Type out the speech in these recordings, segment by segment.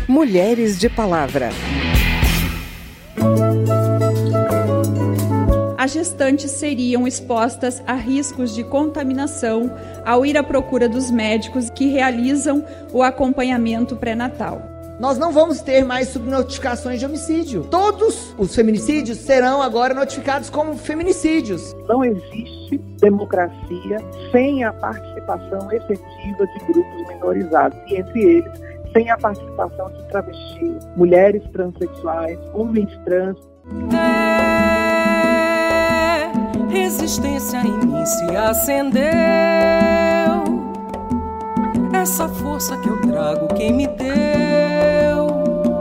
Mulheres de Palavra. As gestantes seriam expostas a riscos de contaminação ao ir à procura dos médicos que realizam o acompanhamento pré-natal. Nós não vamos ter mais subnotificações de homicídio. Todos os feminicídios serão agora notificados como feminicídios. Não existe democracia sem a participação efetiva de grupos minorizados, e entre eles, sem a participação de travestis, mulheres transexuais, homens trans. Resistência em mim se acendeu. Essa força que eu trago, quem me deu?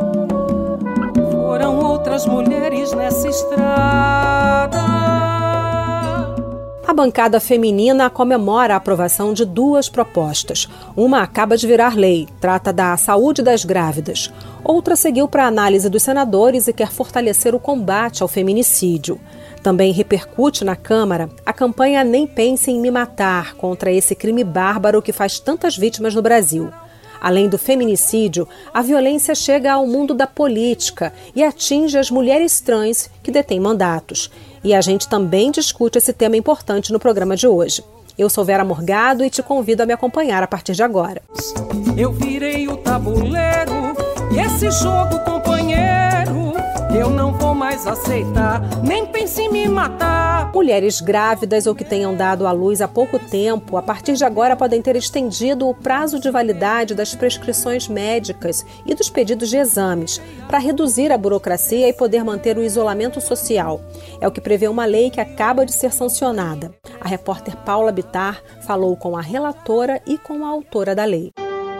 Foram outras mulheres nessa estrada. A bancada feminina comemora a aprovação de 2 propostas. Uma acaba de virar lei, trata da saúde das grávidas. Outra seguiu para a análise dos senadores e quer fortalecer o combate ao feminicídio. Também repercute na Câmara a campanha Nem Pense em Me Matar contra esse crime bárbaro que faz tantas vítimas no Brasil. Além do feminicídio, a violência chega ao mundo da política e atinge as mulheres trans que detêm mandatos. E a gente também discute esse tema importante no programa de hoje. Eu sou Vera Morgado e te convido a me acompanhar a partir de agora. Eu virei o tabuleiro e esse jogo, companheiro, eu não vou mais aceitar, nem pense em me matar. Mulheres grávidas ou que tenham dado à luz há pouco tempo, a partir de agora podem ter estendido o prazo de validade das prescrições médicas e dos pedidos de exames, para reduzir a burocracia e poder manter o isolamento social. É o que prevê uma lei que acaba de ser sancionada. A repórter Paula Bittar falou com a relatora e com a autora da lei.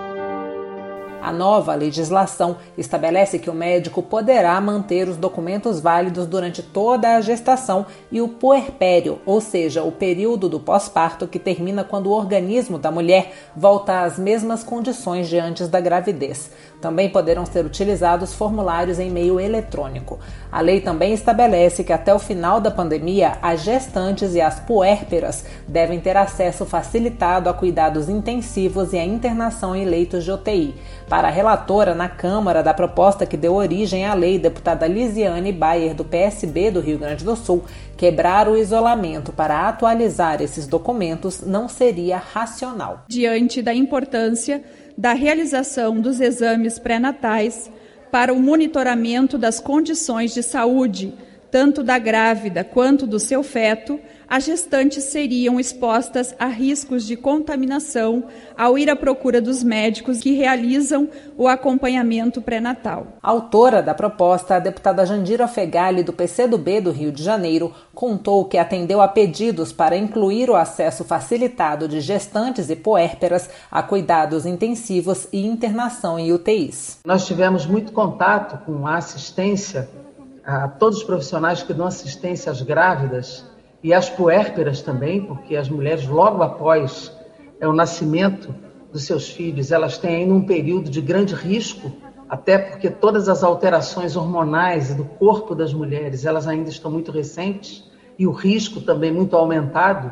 A nova legislação estabelece que o médico poderá manter os documentos válidos durante toda a gestação e o puerpério, ou seja, o período do pós-parto que termina quando o organismo da mulher volta às mesmas condições de antes da gravidez. Também poderão ser utilizados formulários em meio eletrônico. A lei também estabelece que até o final da pandemia, as gestantes e as puérperas devem ter acesso facilitado a cuidados intensivos e a internação em leitos de UTI. Para a relatora na Câmara da proposta que deu origem à lei, deputada Lisiane Bayer, do PSB do Rio Grande do Sul, quebrar o isolamento para atualizar esses documentos não seria racional. Diante da importância da realização dos exames pré-natais para o monitoramento das condições de saúde, tanto da grávida quanto do seu feto, as gestantes seriam expostas a riscos de contaminação ao ir à procura dos médicos que realizam o acompanhamento pré-natal. Autora da proposta, a deputada Jandira Fegali, do PCdoB do Rio de Janeiro, contou que atendeu a pedidos para incluir o acesso facilitado de gestantes e puérperas a cuidados intensivos e internação em UTIs. Nós tivemos muito contato com a assistência a todos os profissionais que dão assistência às grávidas e às puérperas também, porque as mulheres logo após o nascimento dos seus filhos, elas têm ainda um período de grande risco, até porque todas as alterações hormonais do corpo das mulheres, elas ainda estão muito recentes e o risco também muito aumentado.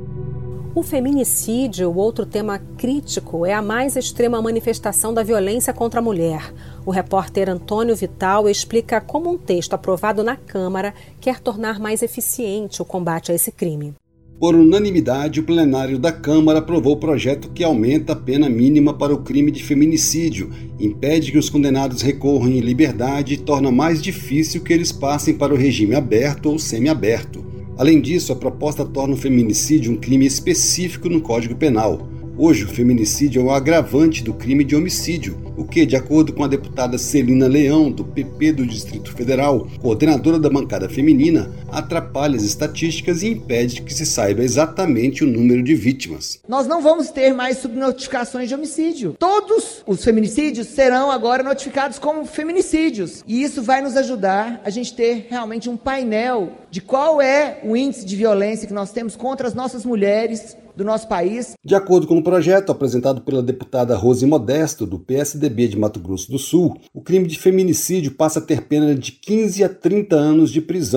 O feminicídio, outro tema crítico, é a mais extrema manifestação da violência contra a mulher. O repórter Antônio Vital explica como um texto aprovado na Câmara quer tornar mais eficiente o combate a esse crime. Por unanimidade, o plenário da Câmara aprovou o projeto que aumenta a pena mínima para o crime de feminicídio, impede que os condenados recorram em liberdade e torna mais difícil que eles passem para o regime aberto ou semiaberto. Além disso, a proposta torna o feminicídio um crime específico no Código Penal. Hoje, o feminicídio é o agravante do crime de homicídio, o que, de acordo com a deputada Celina Leão, do PP do Distrito Federal, coordenadora da bancada feminina, atrapalha as estatísticas e impede que se saiba exatamente o número de vítimas. Nós não vamos ter mais subnotificações de homicídio. Todos os feminicídios serão agora notificados como feminicídios. E isso vai nos ajudar a gente ter realmente um painel de qual é o índice de violência que nós temos contra as nossas mulheres do nosso país. De acordo com o projeto apresentado pela deputada Rose Modesto, do PSDB de Mato Grosso do Sul, o crime de feminicídio passa a ter pena de 15 a 30 anos de prisão.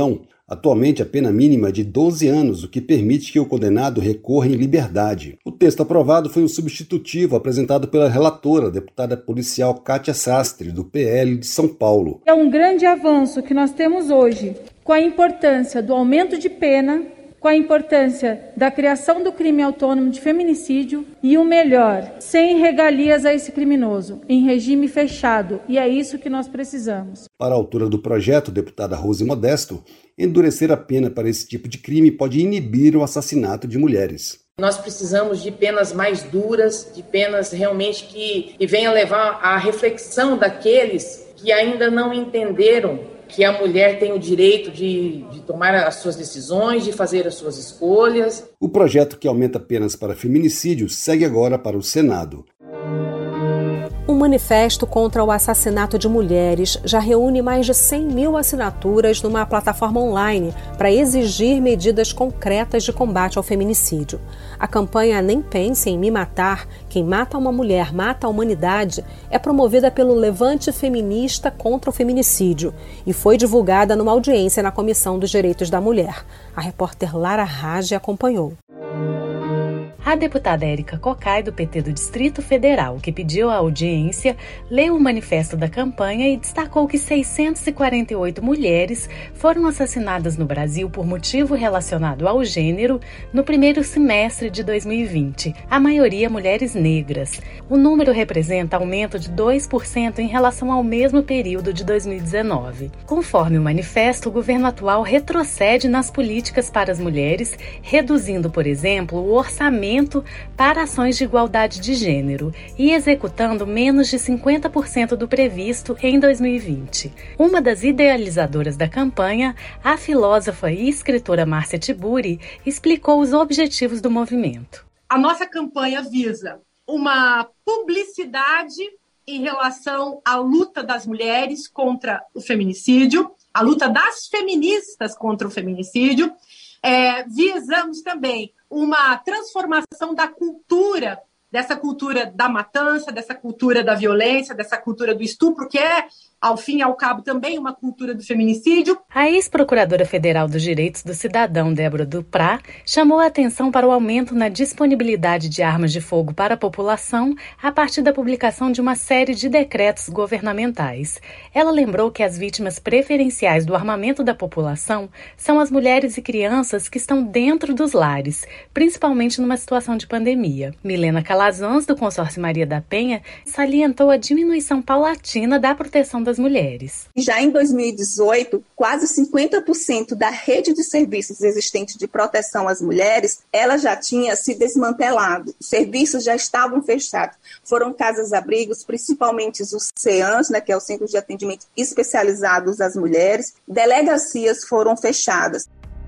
Atualmente, a pena mínima é de 12 anos, o que permite que o condenado recorra em liberdade. O texto aprovado foi um substitutivo apresentado pela relatora, a deputada policial Kátia Sastre, do PL de São Paulo. É um grande avanço que nós temos hoje, com a importância do aumento de pena, com a importância da criação do crime autônomo de feminicídio e o melhor, sem regalias a esse criminoso, em regime fechado, e é isso que nós precisamos. Para a autora do projeto, deputada Rose Modesto, endurecer a pena para esse tipo de crime pode inibir o assassinato de mulheres. Nós precisamos de penas mais duras, de penas realmente que venham levar à reflexão daqueles que ainda não entenderam que a mulher tem o direito de tomar as suas decisões, de fazer as suas escolhas. O projeto que aumenta penas para feminicídio segue agora para o Senado. Um manifesto contra o assassinato de mulheres já reúne mais de 100 mil assinaturas numa plataforma online para exigir medidas concretas de combate ao feminicídio. A campanha Nem Pense em Me Matar, Quem Mata uma Mulher Mata a Humanidade, é promovida pelo Levante Feminista contra o Feminicídio e foi divulgada numa audiência na Comissão dos Direitos da Mulher. A repórter Lara Rage acompanhou. A deputada Érica Cocai, do PT do Distrito Federal, que pediu a audiência, leu o manifesto da campanha e destacou que 648 mulheres foram assassinadas no Brasil por motivo relacionado ao gênero no primeiro semestre de 2020, a maioria mulheres negras. O número representa aumento de 2% em relação ao mesmo período de 2019. Conforme o manifesto, o governo atual retrocede nas políticas para as mulheres, reduzindo, por exemplo, o orçamento para ações de igualdade de gênero e executando menos de 50% do previsto em 2020. Uma das idealizadoras da campanha, a filósofa e escritora Márcia Tiburi, explicou os objetivos do movimento. A nossa campanha visa uma publicidade em relação à luta das mulheres contra o feminicídio, a luta das feministas contra o feminicídio. Visamos também uma transformação da cultura, dessa cultura da matança, dessa cultura da violência, dessa cultura do estupro, que é, ao fim e ao cabo, também uma cultura do feminicídio. A ex-procuradora federal dos Direitos do Cidadão, Débora Duprá, chamou a atenção para o aumento na disponibilidade de armas de fogo para a população a partir da publicação de uma série de decretos governamentais. Ela lembrou que as vítimas preferenciais do armamento da população são as mulheres e crianças que estão dentro dos lares, principalmente numa situação de pandemia. Milena Calazans, do Consórcio Maria da Penha, salientou a diminuição paulatina da proteção das mulheres. Já em 2018, quase 50% da rede de serviços existente de proteção às mulheres, ela já tinha se desmantelado. Os serviços já estavam fechados. Foram casas-abrigos, principalmente os CEANs, que é o Centro de Atendimento Especializados às Mulheres. Delegacias foram fechadas.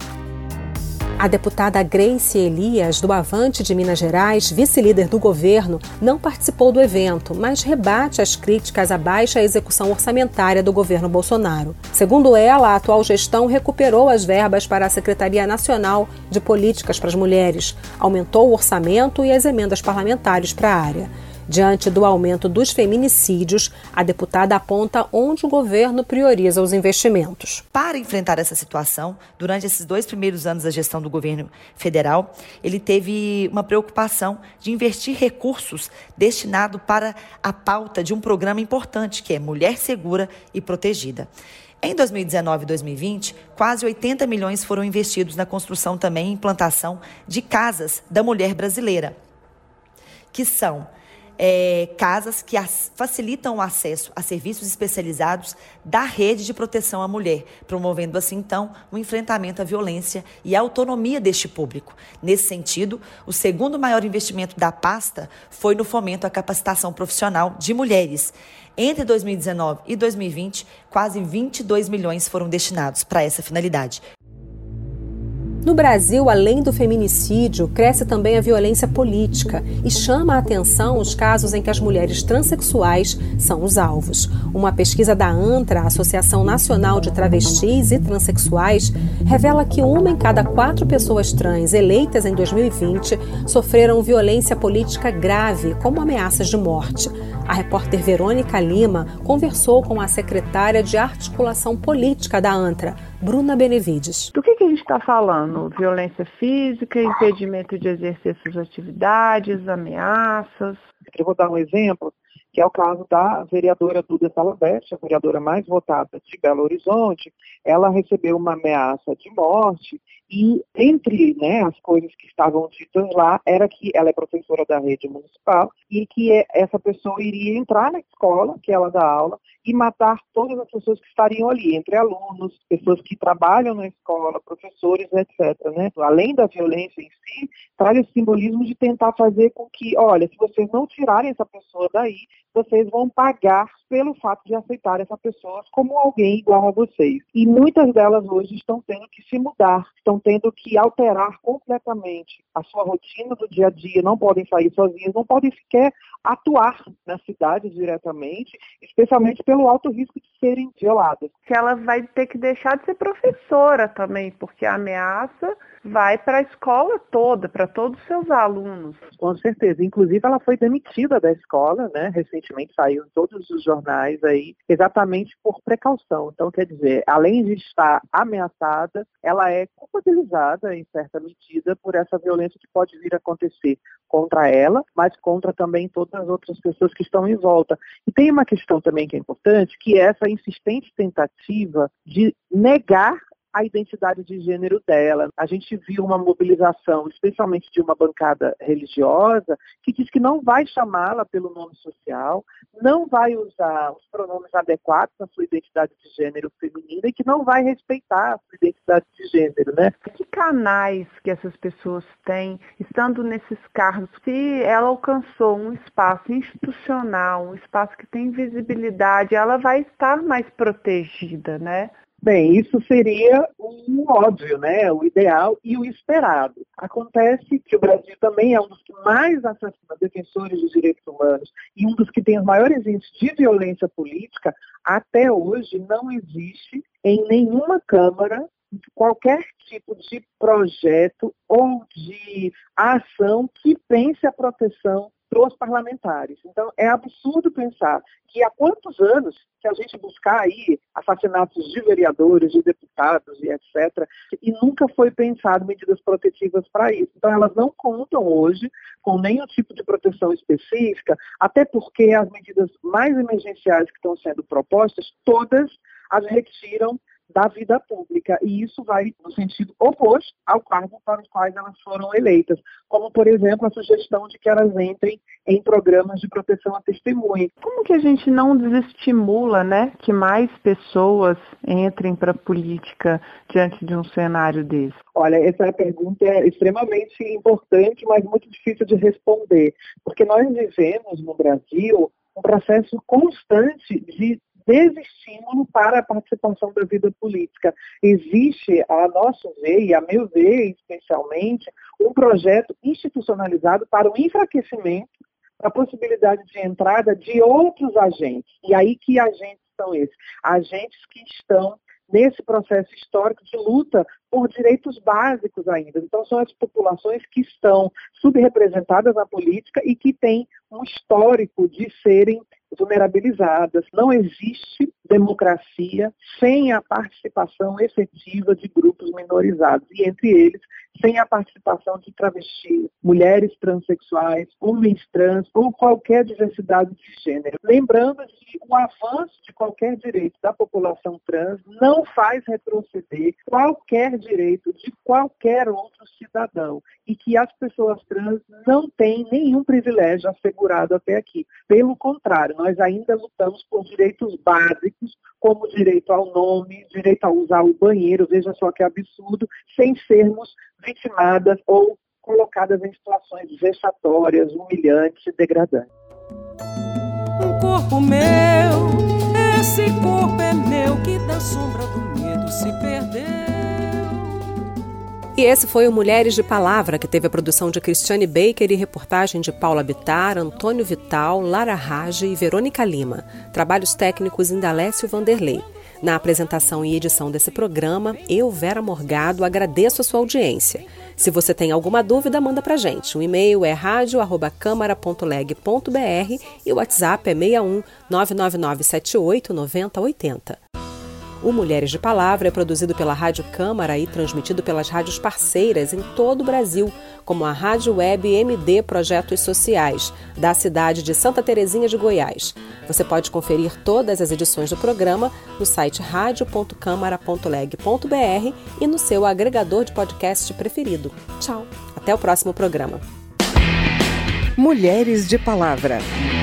A deputada Grace Elias, do Avante de Minas Gerais, vice-líder do governo, não participou do evento, mas rebate as críticas à baixa execução orçamentária do governo Bolsonaro. Segundo ela, a atual gestão recuperou as verbas para a Secretaria Nacional de Políticas para as Mulheres, aumentou o orçamento e as emendas parlamentares para a área. Diante do aumento dos feminicídios, a deputada aponta onde o governo prioriza os investimentos. Para enfrentar essa situação, durante esses 2 primeiros anos da gestão do governo federal, ele teve uma preocupação de investir recursos destinados para a pauta de um programa importante, que é Mulher Segura e Protegida. Em 2019 e 2020, quase 80 milhões foram investidos na construção também e implantação de casas da mulher brasileira, que são casas que facilitam o acesso a serviços especializados da rede de proteção à mulher, promovendo assim, então, o enfrentamento à violência e a autonomia deste público. Nesse sentido, o segundo maior investimento da pasta foi no fomento à capacitação profissional de mulheres. Entre 2019 e 2020, quase 22 milhões foram destinados para essa finalidade. No Brasil, além do feminicídio, cresce também a violência política e chama a atenção os casos em que as mulheres transexuais são os alvos. Uma pesquisa da ANTRA, Associação Nacional de Travestis e Transsexuais, revela que 1 em cada 4 pessoas trans eleitas em 2020 sofreram violência política grave, como ameaças de morte. A repórter Verônica Lima conversou com a secretária de Articulação Política da ANTRA, Bruna Benevides. Do que a gente está falando? Violência física, impedimento de exercer suas atividades, ameaças? Eu vou dar um exemplo, que é o caso da vereadora Duda Salabert, a vereadora mais votada de Belo Horizonte. Ela recebeu uma ameaça de morte e, entre as coisas que estavam ditas lá, era que ela é professora da rede municipal e que essa pessoa iria entrar na escola, que ela dá aula, e matar todas as pessoas que estariam ali, entre alunos, pessoas que trabalham na escola, professores, etc. Além da violência em si, traz esse simbolismo de tentar fazer com que, olha, se vocês não tirarem essa pessoa daí, vocês vão pagar pelo fato de aceitar essa pessoa como alguém igual a vocês. E muitas delas hoje estão tendo que se mudar, estão tendo que alterar completamente a sua rotina do dia a dia, não podem sair sozinhas, não podem sequer atuar na cidade diretamente, especialmente pelo alto risco de serem violadas. Que ela vai ter que deixar de ser professora também, porque a ameaça vai para a escola toda, para todos os seus alunos. Com certeza. Inclusive, ela foi demitida da escola, recentemente saiu em todos os jornais aí, exatamente por precaução. Então, quer dizer, além de estar ameaçada, ela é culpabilizada, em certa medida, por essa violência que pode vir a acontecer contra ela, mas contra também todas as outras pessoas que estão em volta. E tem uma questão também que é importante, que é essa insistente tentativa de negar a identidade de gênero dela. A gente viu uma mobilização, especialmente de uma bancada religiosa, que diz que não vai chamá-la pelo nome social, não vai usar os pronomes adequados à sua identidade de gênero feminina e que não vai respeitar a sua identidade de gênero, Que canais que essas pessoas têm, estando nesses cargos, se ela alcançou um espaço institucional, um espaço que tem visibilidade, ela vai estar mais protegida, Bem, isso seria o óbvio, o ideal e o esperado. Acontece que o Brasil também é um dos que mais assassina defensores dos direitos humanos e um dos que tem os maiores índices de violência política. Até hoje não existe em nenhuma Câmara qualquer tipo de projeto ou de ação que pense a proteção dos parlamentares. Então, é absurdo pensar que há quantos anos que a gente buscar aí assassinatos de vereadores, de deputados e etc., e nunca foi pensado medidas protetivas para isso. Então, elas não contam hoje com nenhum tipo de proteção específica, até porque as medidas mais emergenciais que estão sendo propostas, todas as retiram da vida pública, e isso vai no sentido oposto ao cargo para os quais elas foram eleitas, como, por exemplo, a sugestão de que elas entrem em programas de proteção à testemunha. Como que a gente não desestimula, que mais pessoas entrem para a política diante de um cenário desse? Olha, essa pergunta é extremamente importante, mas muito difícil de responder, porque nós vivemos no Brasil um processo constante de desestímulo para a participação da vida política. Existe, a nosso ver, e a meu ver especialmente, um projeto institucionalizado para o enfraquecimento da possibilidade de entrada de outros agentes. E aí que agentes são esses? Agentes que estão nesse processo histórico de luta por direitos básicos ainda. Então, são as populações que estão subrepresentadas na política e que têm um histórico de serem vulnerabilizadas. Não existe democracia sem a participação efetiva de grupos minorizados, e entre eles, sem a participação de travestis, mulheres transexuais, homens trans ou qualquer diversidade de gênero. Lembrando que o avanço de qualquer direito da população trans não faz retroceder qualquer direito de qualquer outro cidadão, e que as pessoas trans não têm nenhum privilégio assegurado até aqui. Pelo contrário, nós ainda lutamos por direitos básicos, como o direito ao nome, direito a usar o banheiro, veja só que absurdo, sem sermos vitimadas ou colocadas em situações vexatórias, humilhantes e degradantes. Um corpo meu, esse corpo é meu, que da sombra do medo se perdeu. E esse foi o Mulheres de Palavra, que teve a produção de Cristiane Baker e reportagem de Paula Bittar, Antônio Vital, Lara Rage e Verônica Lima. Trabalhos técnicos Indalécio Vanderlei. Na apresentação e edição desse programa, eu, Vera Morgado, agradeço a sua audiência. Se você tem alguma dúvida, manda pra gente. O e-mail é radio@câmara.leg.br e o WhatsApp é 61 99978 9080. O Mulheres de Palavra é produzido pela Rádio Câmara e transmitido pelas rádios parceiras em todo o Brasil, como a Rádio Web MD Projetos Sociais, da cidade de Santa Terezinha de Goiás. Você pode conferir todas as edições do programa no site radio.câmara.leg.br e no seu agregador de podcast preferido. Tchau, até o próximo programa. Mulheres de Palavra.